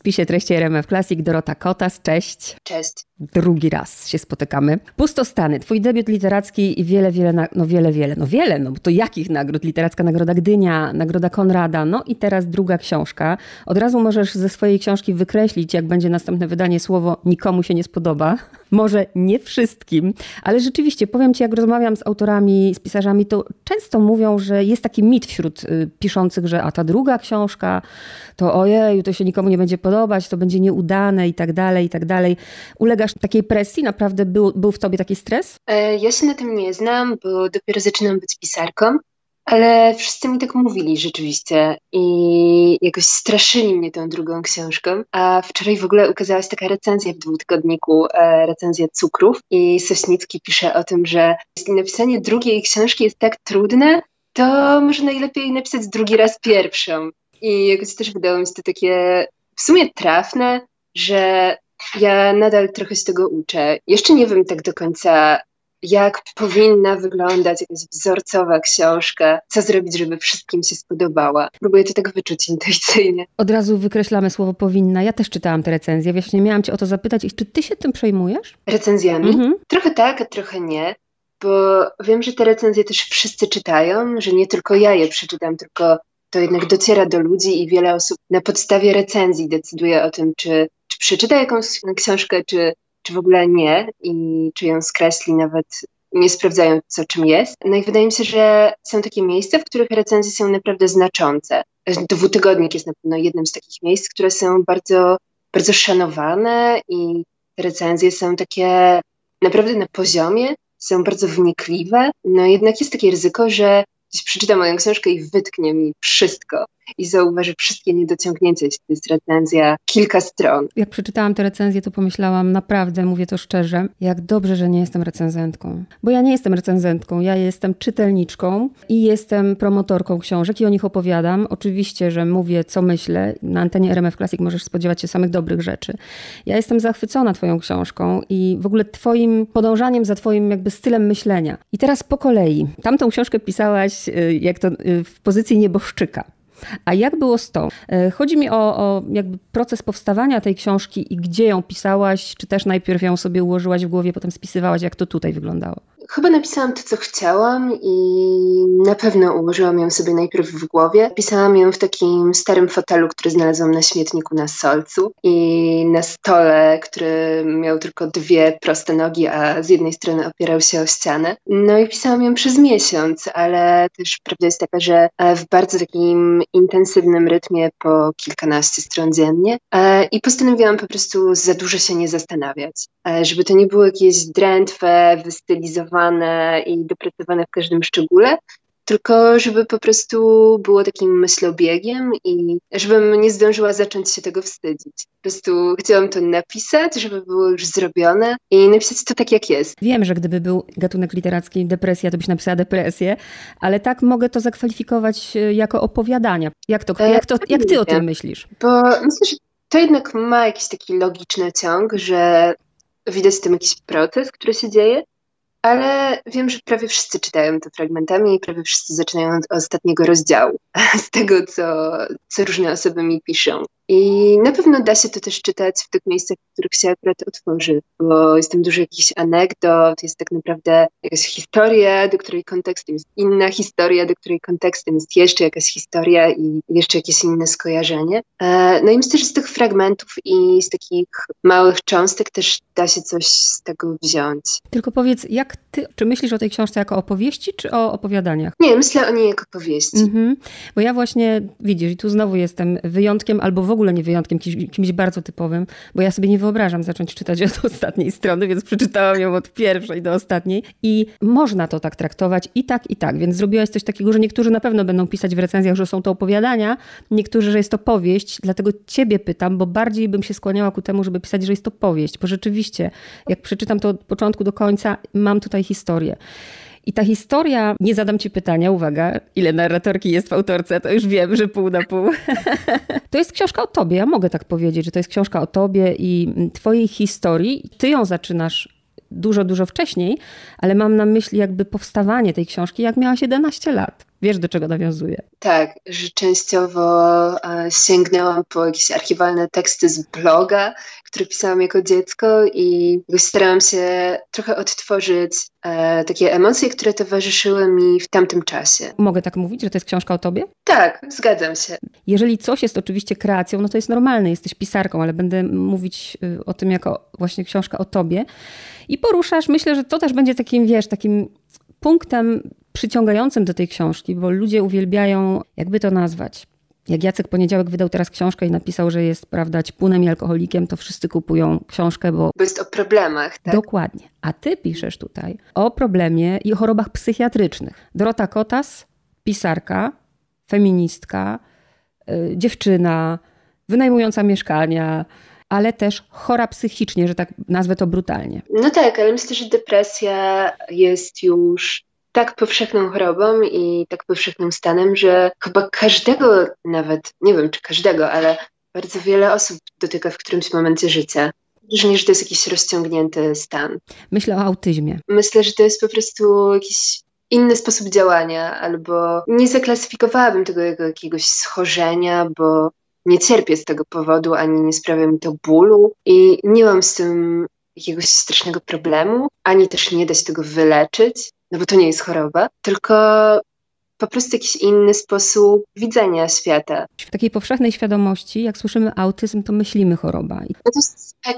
spisie treści RMF Classic Dorota Kotas. Cześć. Cześć. Drugi raz się spotykamy. Pustostany, twój debiut literacki i wiele, bo to jakich nagród? Literacka Nagroda Gdynia, Nagroda Konrada, no i teraz druga książka. Od razu możesz ze swojej książki wykreślić, jak będzie następne wydanie, słowo nikomu się nie spodoba. Może nie wszystkim, ale rzeczywiście powiem ci, jak rozmawiam z autorami, z pisarzami, to często mówią, że jest taki mit wśród piszących, że a ta druga książka, to ojeju, to się nikomu nie będzie podobać, to będzie nieudane i tak dalej, i tak dalej. Ulegasz takiej presji? Naprawdę był w tobie taki stres? Ja się na tym nie znam, bo dopiero zaczynam być pisarką, ale wszyscy mi tak mówili rzeczywiście i jakoś straszyli mnie tą drugą książką. A wczoraj w ogóle ukazała się taka recenzja w dwutygodniku, recenzja Cukrów i Sośnicki pisze o tym, że jeśli napisanie drugiej książki jest tak trudne, to może najlepiej napisać drugi raz pierwszą. I jakoś też wydało mi się to takie w sumie trafne, że ja nadal trochę z tego uczę. Jeszcze nie wiem tak do końca, jak powinna wyglądać jakaś wzorcowa książka, co zrobić, żeby wszystkim się spodobała. Próbuję to tak wyczuć intuicyjnie. Od razu wykreślamy słowo powinna. Ja też czytałam te recenzje. Właśnie miałam cię o to zapytać. I czy ty się tym przejmujesz? Recenzjami? Trochę tak, a trochę nie. Bo wiem, że te recenzje też wszyscy czytają, że nie tylko ja je przeczytam, tylko to jednak dociera do ludzi i wiele osób na podstawie recenzji decyduje o tym, czy przeczyta jakąś książkę, czy w ogóle nie i czy ją skreśli, nawet nie sprawdzają, czym jest. No i wydaje mi się, że są takie miejsca, w których recenzje są naprawdę znaczące. Dwutygodnik jest na pewno jednym z takich miejsc, które są bardzo, bardzo szanowane i te recenzje są takie naprawdę na poziomie, są bardzo wnikliwe. No jednak jest takie ryzyko, że ktoś przeczyta moją książkę i wytknie mi wszystko i zauważy wszystkie niedociągnięcia, jeśli to jest recenzja kilka stron. Jak przeczytałam tę recenzję, to pomyślałam naprawdę, mówię to szczerze, jak dobrze, że nie jestem recenzentką. Bo ja nie jestem recenzentką, ja jestem czytelniczką i jestem promotorką książek i o nich opowiadam. Oczywiście, że mówię, co myślę. Na antenie RMF Classic możesz spodziewać się samych dobrych rzeczy. Ja jestem zachwycona twoją książką i w ogóle twoim podążaniem za twoim jakby stylem myślenia. I teraz po kolei. Tamtą książkę pisałaś jak to w pozycji nieboszczyka. A jak było z tą? Chodzi mi o jakby proces powstawania tej książki i gdzie ją pisałaś, czy też najpierw ją sobie ułożyłaś w głowie, potem spisywałaś, jak to tutaj wyglądało? Chyba napisałam to, co chciałam i na pewno ułożyłam ją sobie najpierw w głowie. Pisałam ją w takim starym fotelu, który znalazłam na śmietniku na Solcu i na stole, który miał tylko dwie proste nogi, a z jednej strony opierał się o ścianę. No i pisałam ją przez miesiąc, ale też prawda jest taka, że w bardzo takim intensywnym rytmie po kilkanaście stron dziennie i postanowiłam po prostu za dużo się nie zastanawiać, żeby to nie było jakieś drętwe, wystylizowane i dopracowane w każdym szczególe, tylko żeby po prostu było takim myślobiegiem i żebym nie zdążyła zacząć się tego wstydzić. Po prostu chciałam to napisać, żeby było już zrobione i napisać to tak, jak jest. Wiem, że gdyby był gatunek literacki depresja, to byś napisała depresję, ale tak mogę to zakwalifikować jako opowiadania. Jak ty o tym myślisz? Bo myślę, że to jednak ma jakiś taki logiczny ciąg, że widać w tym jakiś proces, który się dzieje, ale wiem, że prawie wszyscy czytają to fragmentami i prawie wszyscy zaczynają od ostatniego rozdziału, z tego, co różne osoby mi piszą. I na pewno da się to też czytać w tych miejscach, w których się akurat otworzy, bo jest tam dużo jakichś anegdot, jest tak naprawdę jakaś historia, do której kontekstem jest inna historia, do której kontekstem jest jeszcze jakaś historia i jeszcze jakieś inne skojarzenie. No i myślę, że z tych fragmentów i z takich małych cząstek też da się coś z tego wziąć. Tylko powiedz, czy myślisz o tej książce jako opowieści, czy o opowiadaniach? Nie, myślę o niej jako powieści. Bo ja właśnie, widzisz, i tu znowu jestem wyjątkiem, albo w ogóle nie wyjątkiem, kimś bardzo typowym, bo ja sobie nie wyobrażam zacząć czytać od ostatniej strony, więc przeczytałam ją od pierwszej do ostatniej i można to tak traktować i tak, więc zrobiłaś coś takiego, że niektórzy na pewno będą pisać w recenzjach, że są to opowiadania, niektórzy, że jest to powieść, dlatego ciebie pytam, bo bardziej bym się skłaniała ku temu, żeby pisać, że jest to powieść, bo rzeczywiście, jak przeczytam to od początku do końca, mam tutaj historię. I ta historia, nie zadam ci pytania, uwaga, ile narratorki jest w autorce, to już wiem, że pół na pół. To jest książka o tobie, ja mogę tak powiedzieć, że to jest książka o tobie i twojej historii. Ty ją zaczynasz dużo, dużo wcześniej, ale mam na myśli jakby powstawanie tej książki, jak miałaś 11 lat. Wiesz, do czego nawiązuję. Tak, że częściowo sięgnęłam po jakieś archiwalne teksty z bloga, które pisałam jako dziecko i starałam się trochę odtworzyć takie emocje, które towarzyszyły mi w tamtym czasie. Mogę tak mówić, że to jest książka o tobie? Tak, zgadzam się. Jeżeli coś jest oczywiście kreacją, no to jest normalne, jesteś pisarką, ale będę mówić o tym jako właśnie książka o tobie. I poruszasz, myślę, że to też będzie takim, wiesz, takim punktem przyciągającym do tej książki, bo ludzie uwielbiają, jakby to nazwać. Jak Jacek Poniedziałek wydał teraz książkę i napisał, że jest, prawda, ćpunem i alkoholikiem, to wszyscy kupują książkę, bo jest o problemach, tak? Dokładnie. A ty piszesz tutaj o problemie i o chorobach psychiatrycznych. Dorota Kotas, pisarka, feministka, dziewczyna, wynajmująca mieszkania, ale też chora psychicznie, że tak nazwę to brutalnie. No tak, ale myślę, że depresja jest już tak powszechną chorobą i tak powszechnym stanem, że chyba każdego nawet, nie wiem czy każdego, ale bardzo wiele osób dotyka w którymś momencie życia. Że to jest jakiś rozciągnięty stan. Myślę o autyzmie. Myślę, że to jest po prostu jakiś inny sposób działania, albo nie zaklasyfikowałabym tego jako jakiegoś schorzenia, bo nie cierpię z tego powodu, ani nie sprawia mi to bólu i nie mam z tym jakiegoś strasznego problemu, ani też nie da się tego wyleczyć, no bo to nie jest choroba, tylko po prostu jakiś inny sposób widzenia świata. W takiej powszechnej świadomości, jak słyszymy autyzm, to myślimy choroba. No to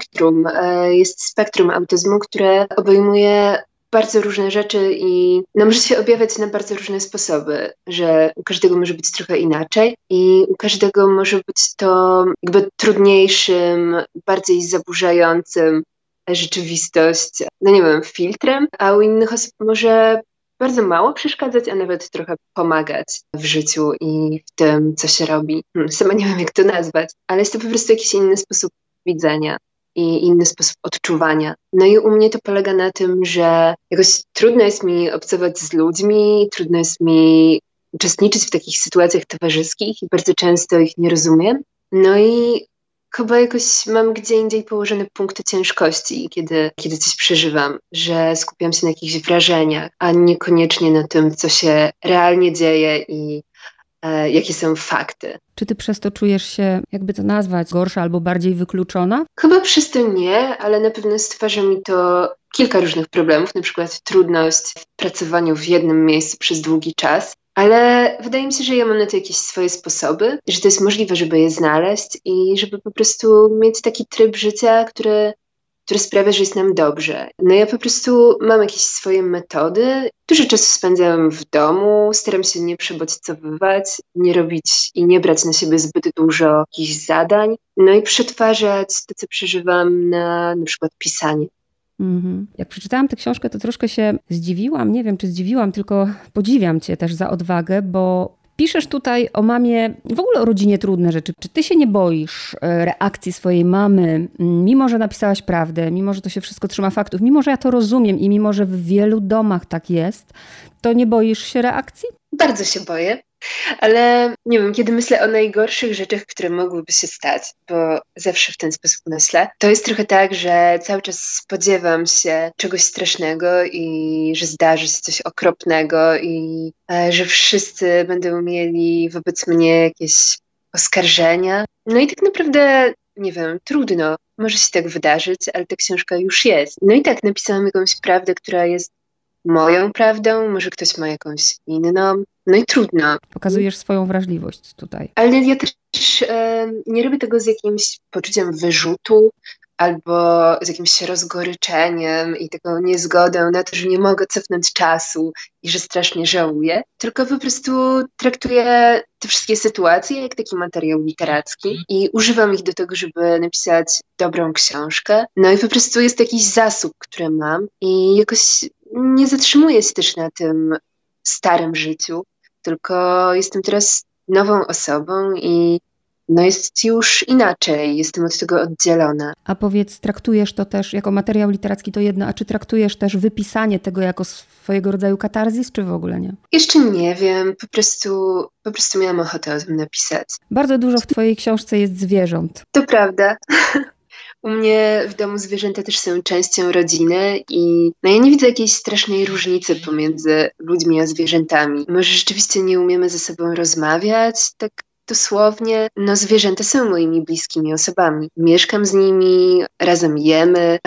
jest spektrum autyzmu, które obejmuje bardzo różne rzeczy i może się objawiać na bardzo różne sposoby, że u każdego może być trochę inaczej i u każdego może być to jakby trudniejszym, bardziej zaburzającym rzeczywistość, no nie wiem, filtrem, a u innych osób może bardzo mało przeszkadzać, a nawet trochę pomagać w życiu i w tym, co się robi. Sama nie wiem, jak to nazwać, ale jest to po prostu jakiś inny sposób widzenia i inny sposób odczuwania. No i u mnie to polega na tym, że jakoś trudno jest mi obcować z ludźmi, trudno jest mi uczestniczyć w takich sytuacjach towarzyskich i bardzo często ich nie rozumiem. No i chyba jakoś mam gdzie indziej położone punkty ciężkości, kiedy coś przeżywam, że skupiam się na jakichś wrażeniach, a niekoniecznie na tym, co się realnie dzieje i jakie są fakty. Czy ty przez to czujesz się, jakby to nazwać, gorsza albo bardziej wykluczona? Chyba przez to nie, ale na pewno stwarza mi to kilka różnych problemów, na przykład trudność w pracowaniu w jednym miejscu przez długi czas, ale wydaje mi się, że ja mam na to jakieś swoje sposoby, że to jest możliwe, żeby je znaleźć i żeby po prostu mieć taki tryb życia, który sprawia, że jest nam dobrze. No ja po prostu mam jakieś swoje metody. Dużo czasu spędzam w domu, staram się nie przebodźcowywać, nie robić i nie brać na siebie zbyt dużo jakichś zadań. No i przetwarzać to, co przeżywam na przykład pisanie. Jak przeczytałam tę książkę, to troszkę się zdziwiłam. Nie wiem, czy zdziwiłam, tylko podziwiam cię też za odwagę, bo piszesz tutaj o mamie, w ogóle o rodzinie trudne rzeczy. Czy ty się nie boisz reakcji swojej mamy, mimo że napisałaś prawdę, mimo że to się wszystko trzyma faktów, mimo że ja to rozumiem i mimo że w wielu domach tak jest, to nie boisz się reakcji? Bardzo się boję, ale nie wiem, kiedy myślę o najgorszych rzeczach, które mogłyby się stać, bo zawsze w ten sposób myślę, to jest trochę tak, że cały czas spodziewam się czegoś strasznego i że zdarzy się coś okropnego i że wszyscy będą mieli wobec mnie jakieś oskarżenia. No i tak naprawdę, nie wiem, trudno. Może się tak wydarzyć, ale ta książka już jest. No i tak napisałam jakąś prawdę, która jest moją prawdą, może ktoś ma jakąś inną, no i trudno. Pokazujesz swoją wrażliwość tutaj. Ale ja też nie robię tego z jakimś poczuciem wyrzutu albo z jakimś rozgoryczeniem i taką niezgodą na to, że nie mogę cofnąć czasu i że strasznie żałuję, tylko po prostu traktuję te wszystkie sytuacje jak taki materiał literacki i używam ich do tego, żeby napisać dobrą książkę. No i po prostu jest jakiś zasób, który mam i jakoś nie zatrzymuję się też na tym starym życiu, tylko jestem teraz nową osobą i no jest już inaczej, jestem od tego oddzielona. A powiedz, traktujesz to też jako materiał literacki to jedno, a czy traktujesz też wypisanie tego jako swojego rodzaju katarzis, czy w ogóle nie? Jeszcze nie wiem, po prostu miałam ochotę o tym napisać. Bardzo dużo w twojej książce jest zwierząt. To prawda. U mnie w domu zwierzęta też są częścią rodziny i no ja nie widzę jakiejś strasznej różnicy pomiędzy ludźmi a zwierzętami. Może rzeczywiście nie umiemy ze sobą rozmawiać, tak dosłownie. No zwierzęta są moimi bliskimi osobami. Mieszkam z nimi, razem jemy,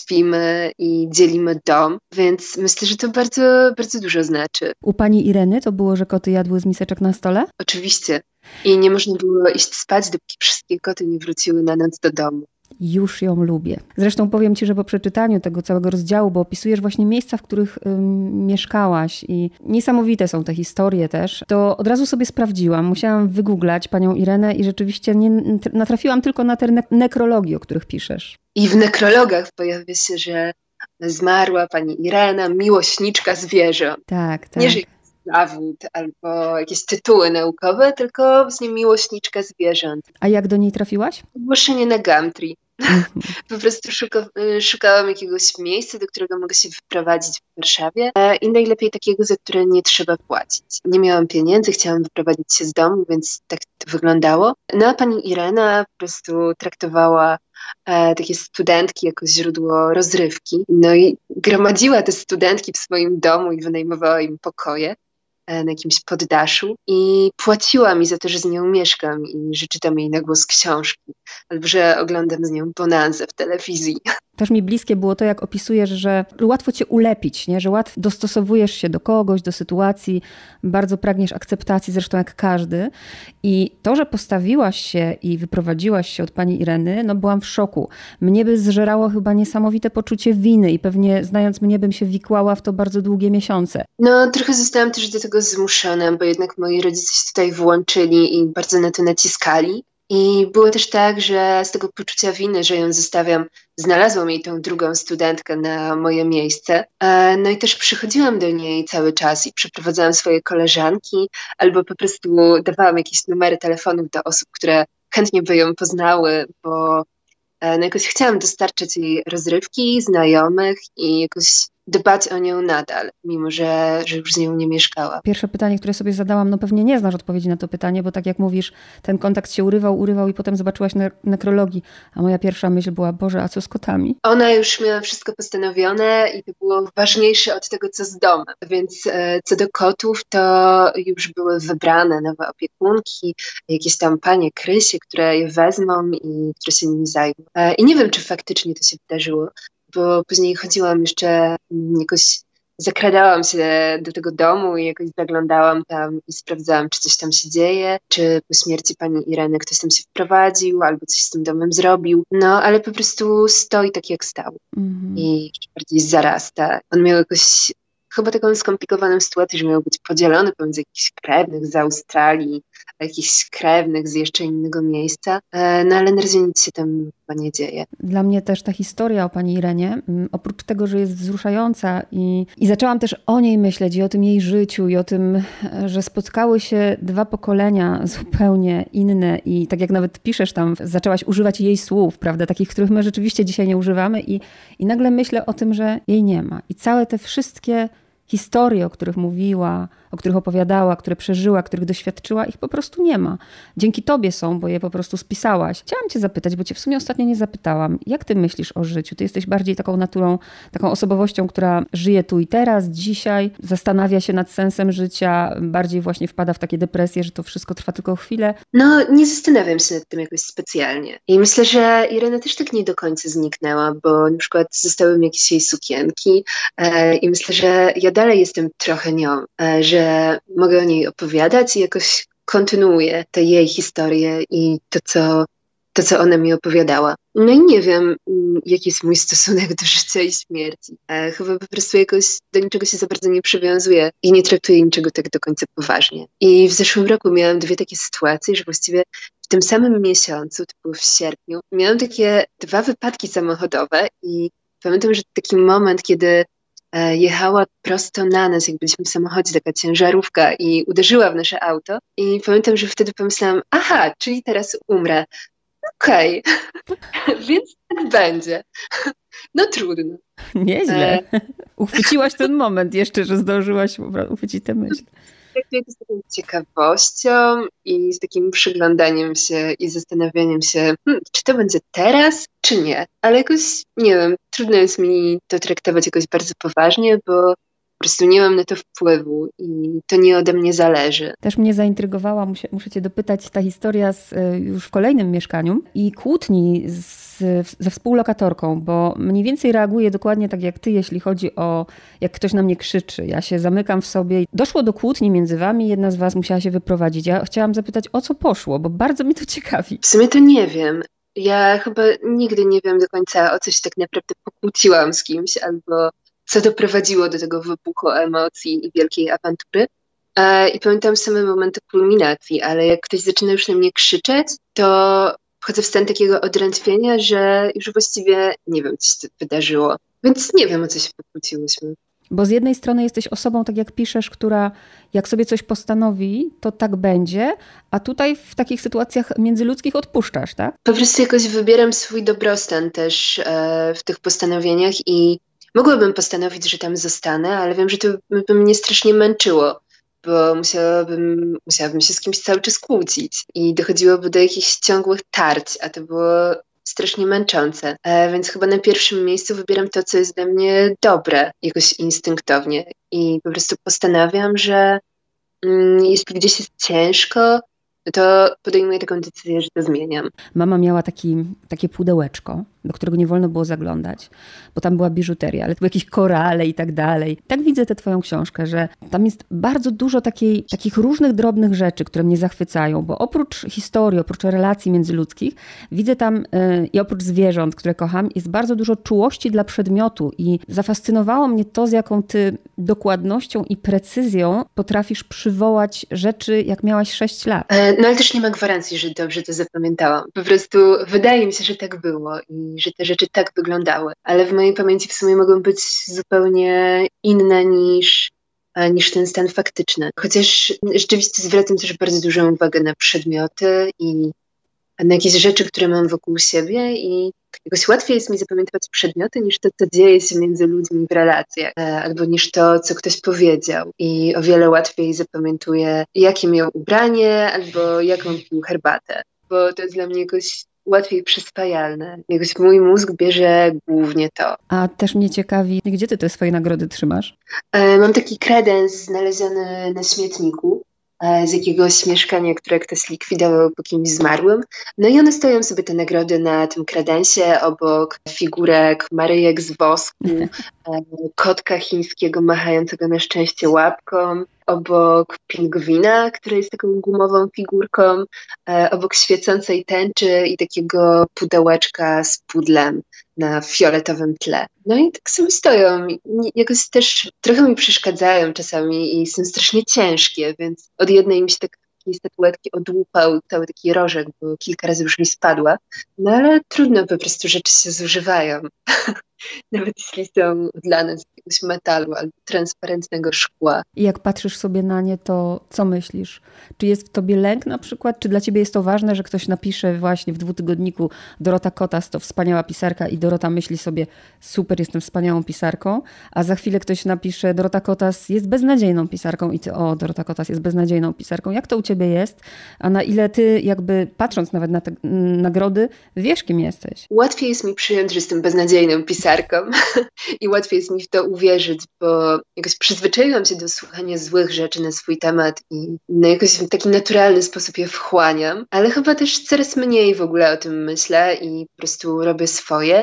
śpimy i dzielimy dom, więc myślę, że to bardzo, bardzo dużo znaczy. U pani Ireny to było, że koty jadły z miseczek na stole? Oczywiście. I nie można było iść spać, dopóki wszystkie koty nie wróciły na noc do domu. Już ją lubię. Zresztą powiem ci, że po przeczytaniu tego całego rozdziału, bo opisujesz właśnie miejsca, w których mieszkałaś i niesamowite są te historie też, to od razu sobie sprawdziłam. Musiałam wygooglać panią Irenę i rzeczywiście natrafiłam tylko na te nekrologi, o których piszesz. I w nekrologach pojawia się, że zmarła pani Irena, miłośniczka zwierząt. Tak, tak. Nie, że zawód albo jakieś tytuły naukowe, tylko właśnie miłośniczka zwierząt. A jak do niej trafiłaś? Ogłoszenie na Gumtree. Po prostu szukałam jakiegoś miejsca, do którego mogę się wyprowadzić w Warszawie i najlepiej takiego, za które nie trzeba płacić. Nie miałam pieniędzy, chciałam wyprowadzić się z domu, więc tak to wyglądało. No a pani Irena po prostu traktowała takie studentki jako źródło rozrywki. No i gromadziła te studentki w swoim domu i wynajmowała im pokoje na jakimś poddaszu i płaciła mi za to, że z nią mieszkam i że czytam jej na głos książki albo że oglądam z nią Bonanzę w telewizji. Też mi bliskie było to, jak opisujesz, że łatwo cię ulepić, nie? Że łatwo dostosowujesz się do kogoś, do sytuacji, bardzo pragniesz akceptacji, zresztą jak każdy. I to, że postawiłaś się i wyprowadziłaś się od pani Ireny, no byłam w szoku. Mnie by zżerało chyba niesamowite poczucie winy i pewnie znając mnie bym się wikłała w to bardzo długie miesiące. No trochę zostałam też do tego zmuszona, bo jednak moi rodzice się tutaj włączyli i bardzo na to naciskali. I było też tak, że z tego poczucia winy, że ją zostawiam, znalazłam jej tą drugą studentkę na moje miejsce. No i też przychodziłam do niej cały czas i przeprowadzałam swoje koleżanki albo po prostu dawałam jakieś numery telefonów do osób, które chętnie by ją poznały, bo no jakoś chciałam dostarczać jej rozrywki, znajomych i jakoś dbać o nią nadal, mimo że już z nią nie mieszkałam. Pierwsze pytanie, które sobie zadałam, no pewnie nie znasz odpowiedzi na to pytanie, bo tak jak mówisz, ten kontakt się urywał i potem zobaczyłaś nekrologii, a moja pierwsza myśl była, Boże, a co z kotami? Ona już miała wszystko postanowione i to było ważniejsze od tego, co z domem. Więc co do kotów, to już były wybrane nowe opiekunki, jakieś tam panie Krysie, które je wezmą i które się nimi zajmą. I nie wiem, czy faktycznie to się wydarzyło, bo później chodziłam jeszcze, jakoś zakradałam się do tego domu i jakoś zaglądałam tam i sprawdzałam, czy coś tam się dzieje, czy po śmierci pani Ireny ktoś tam się wprowadził albo coś z tym domem zrobił. No, ale po prostu stoi tak, jak stał i jeszcze bardziej zarasta. On miał jakoś chyba taką skomplikowaną sytuację, że miał być podzielony pomiędzy jakichś krewnych z Australii, a jakichś krewnych z jeszcze innego miejsca, no ale na razie nic się tam chyba nie dzieje. Dla mnie też ta historia o pani Irenie, oprócz tego, że jest wzruszająca i zaczęłam też o niej myśleć i o tym jej życiu i o tym, że spotkały się dwa pokolenia zupełnie inne i tak jak nawet piszesz tam, zaczęłaś używać jej słów, prawda, takich, których my rzeczywiście dzisiaj nie używamy i nagle myślę o tym, że jej nie ma. I całe te wszystkie historie, o których mówiła, o których opowiadała, które przeżyła, których doświadczyła, ich po prostu nie ma. Dzięki tobie są, bo je po prostu spisałaś. Chciałam cię zapytać, bo cię w sumie ostatnio nie zapytałam. Jak ty myślisz o życiu? Ty jesteś bardziej taką naturą, taką osobowością, która żyje tu i teraz, dzisiaj, zastanawia się nad sensem życia, bardziej właśnie wpada w takie depresje, że to wszystko trwa tylko chwilę. No, nie zastanawiam się nad tym jakoś specjalnie. I myślę, że Irena też tak nie do końca zniknęła, bo na przykład zostały mi jakieś jej sukienki i myślę, że ja dalej jestem trochę nią, że mogę o niej opowiadać i jakoś kontynuuję te jej historie i to, co ona mi opowiadała. No i nie wiem, jaki jest mój stosunek do życia i śmierci. Chyba po prostu jakoś do niczego się za bardzo nie przywiązuję i nie traktuję niczego tak do końca poważnie. I w zeszłym roku miałam dwie takie sytuacje, że właściwie w tym samym miesiącu, to było w sierpniu, miałam takie dwa wypadki samochodowe i pamiętam, że taki moment, kiedy jechała prosto na nas, jak byliśmy w samochodzie, taka ciężarówka i uderzyła w nasze auto. I pamiętam, że wtedy pomyślałam, aha, czyli teraz umrę. Okej, więc tak będzie. No trudno. Nieźle. Uchwyciłaś ten moment jeszcze, że zdążyłaś uchwycić tę myśl. traktuję to z taką ciekawością i z takim przyglądaniem się i zastanawianiem się, czy to będzie teraz, czy nie. Ale jakoś, nie wiem, trudno jest mi to traktować jakoś bardzo poważnie, bo po prostu nie mam na to wpływu i to nie ode mnie zależy. Też mnie zaintrygowała, muszę cię dopytać, ta historia już w kolejnym mieszkaniu i kłótni ze współlokatorką, bo mniej więcej reaguję dokładnie tak jak ty, jeśli chodzi o jak ktoś na mnie krzyczy. Ja się zamykam w sobie. Doszło do kłótni między wami, jedna z was musiała się wyprowadzić. Ja chciałam zapytać, o co poszło, bo bardzo mnie to ciekawi. W sumie to nie wiem. Ja chyba nigdy nie wiem do końca, o co się tak naprawdę pokłóciłam z kimś, albo co doprowadziło do tego wybuchu emocji i wielkiej awantury. I pamiętam same momenty kulminacji, ale jak ktoś zaczyna już na mnie krzyczeć, to wchodzę w stan takiego odrętwienia, że już właściwie nie wiem, co się wydarzyło. Więc nie wiem, o co się pokłóciłyśmy. Bo z jednej strony jesteś osobą, tak jak piszesz, która jak sobie coś postanowi, to tak będzie, a tutaj w takich sytuacjach międzyludzkich odpuszczasz, tak? Po prostu jakoś wybieram swój dobrostan też w tych postanowieniach i mogłabym postanowić, że tam zostanę, ale wiem, że to by mnie strasznie męczyło, bo musiałabym się z kimś cały czas kłócić i dochodziłoby do jakichś ciągłych tarć, a to było strasznie męczące. Więc chyba na pierwszym miejscu wybieram to, co jest dla mnie dobre, jakoś instynktownie. I po prostu postanawiam, że jeśli gdzieś jest ciężko, to podejmuję taką decyzję, że to zmieniam. Mama miała takie pudełeczko, do którego nie wolno było zaglądać, bo tam była biżuteria, ale to były jakieś korale i tak dalej. Tak widzę tę twoją książkę, że tam jest bardzo dużo takich różnych drobnych rzeczy, które mnie zachwycają, bo oprócz historii, oprócz relacji międzyludzkich, widzę tam i oprócz zwierząt, które kocham, jest bardzo dużo czułości dla przedmiotu i zafascynowało mnie to, z jaką ty dokładnością i precyzją potrafisz przywołać rzeczy, jak miałaś 6 lat. No ale też nie ma gwarancji, że dobrze to zapamiętałam. Po prostu wydaje mi się, że tak było i że te rzeczy tak wyglądały. Ale w mojej pamięci w sumie mogą być zupełnie inne niż ten stan faktyczny. Chociaż rzeczywiście zwracam też bardzo dużą uwagę na przedmioty i na jakieś rzeczy, które mam wokół siebie i jakoś łatwiej jest mi zapamiętywać przedmioty niż to, co dzieje się między ludźmi w relacjach, albo niż to, co ktoś powiedział. I o wiele łatwiej zapamiętuję, jakie miał ubranie, albo jaką pił herbatę, bo to jest dla mnie jakoś łatwiej przyswajalne. Jakoś mój mózg bierze głównie to. A też mnie ciekawi, gdzie ty te swoje nagrody trzymasz? Mam taki kredens znaleziony na śmietniku z jakiegoś mieszkania, które ktoś likwidował po kimś zmarłym. No i one stoją sobie, te nagrody, na tym kredensie obok figurek Maryjek z wosku, kotka chińskiego machającego na szczęście łapką, obok pingwina, który jest taką gumową figurką, obok świecącej tęczy i takiego pudełeczka z pudlem na fioletowym tle. No i tak sobie stoją. Jakoś też trochę mi przeszkadzają czasami i są strasznie ciężkie, więc od jednej mi się takiej statuetki odłupał cały taki rożek, bo kilka razy już mi spadła. No ale trudno, po prostu rzeczy się zużywają. Nawet jeśli są odlane z jakiegoś metalu albo transparentnego szkła. I jak patrzysz sobie na nie, to co myślisz? Czy jest w tobie lęk na przykład? Czy dla ciebie jest to ważne, że ktoś napisze właśnie w dwutygodniku Dorota Kotas to wspaniała pisarka i Dorota myśli sobie super, jestem wspaniałą pisarką, a za chwilę ktoś napisze Dorota Kotas jest beznadziejną pisarką i ty Dorota Kotas jest beznadziejną pisarką. Jak to u ciebie jest? A na ile ty jakby patrząc nawet na te nagrody wiesz, kim jesteś? Łatwiej jest mi przyjąć, że jestem beznadziejną pisarką i łatwiej jest mi w to uwierzyć, bo jakoś przyzwyczaiłam się do słuchania złych rzeczy na swój temat i jakoś w taki naturalny sposób je wchłaniam, ale chyba też coraz mniej w ogóle o tym myślę i po prostu robię swoje,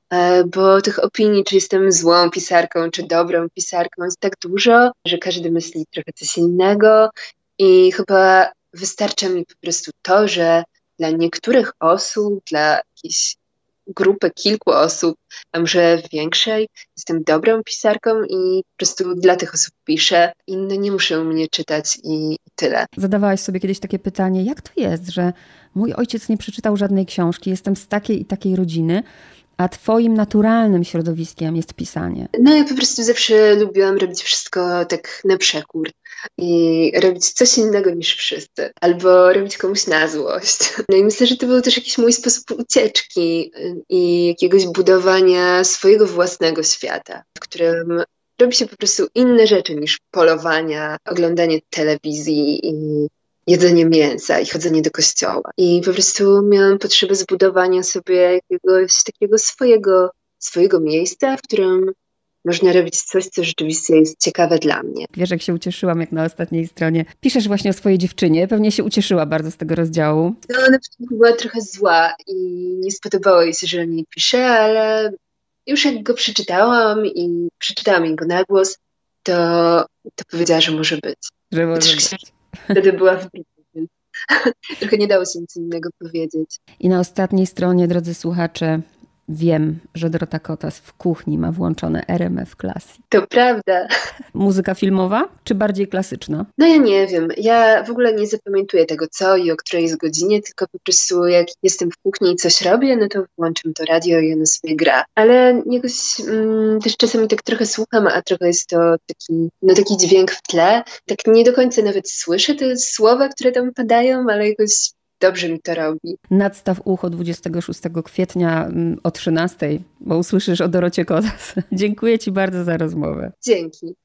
bo tych opinii, czy jestem złą pisarką, czy dobrą pisarką jest tak dużo, że każdy myśli trochę coś innego i chyba wystarcza mi po prostu to, że dla niektórych osób, dla jakiejś grupy kilku osób, a może większej, jestem dobrą pisarką i po prostu dla tych osób piszę. Inne nie muszą mnie czytać i tyle. Zadawałaś sobie kiedyś takie pytanie, jak to jest, że mój ojciec nie przeczytał żadnej książki, jestem z takiej i takiej rodziny, a twoim naturalnym środowiskiem jest pisanie? No ja po prostu zawsze lubiłam robić wszystko tak na przekór i robić coś innego niż wszyscy, albo robić komuś na złość. No i myślę, że to był też jakiś mój sposób ucieczki i jakiegoś budowania swojego własnego świata, w którym robi się po prostu inne rzeczy niż polowania, oglądanie telewizji i jedzenie mięsa i chodzenie do kościoła. I po prostu miałam potrzebę zbudowania sobie jakiegoś takiego swojego miejsca, w którym można robić coś, co rzeczywiście jest ciekawe dla mnie. Wiesz, jak się ucieszyłam, jak na ostatniej stronie piszesz właśnie o swojej dziewczynie. Pewnie się ucieszyła bardzo z tego rozdziału. No, na początku była trochę zła i nie spodobało jej się, że o niej piszę, ale już jak go przeczytałam jej go na głos, to powiedziała, że może być. Że może być. Wtedy była wbita, więc trochę nie dało się nic innego powiedzieć. I na ostatniej stronie, drodzy słuchacze, wiem, że Dorota Kotas w kuchni ma włączone RMF Classic. To prawda. Muzyka filmowa czy bardziej klasyczna? No ja nie wiem. Ja w ogóle nie zapamiętuję tego co i o której jest godzinie, tylko po prostu jak jestem w kuchni i coś robię, no to włączam to radio i ono sobie gra. Ale jakoś też czasami tak trochę słucham, a trochę jest to taki dźwięk w tle. Tak nie do końca nawet słyszę te słowa, które tam padają, ale jakoś dobrze mi to robi. Nadstaw ucho 26 kwietnia o 13:00, bo usłyszysz o Dorocie Kotas. Dziękuję Ci bardzo za rozmowę. Dzięki.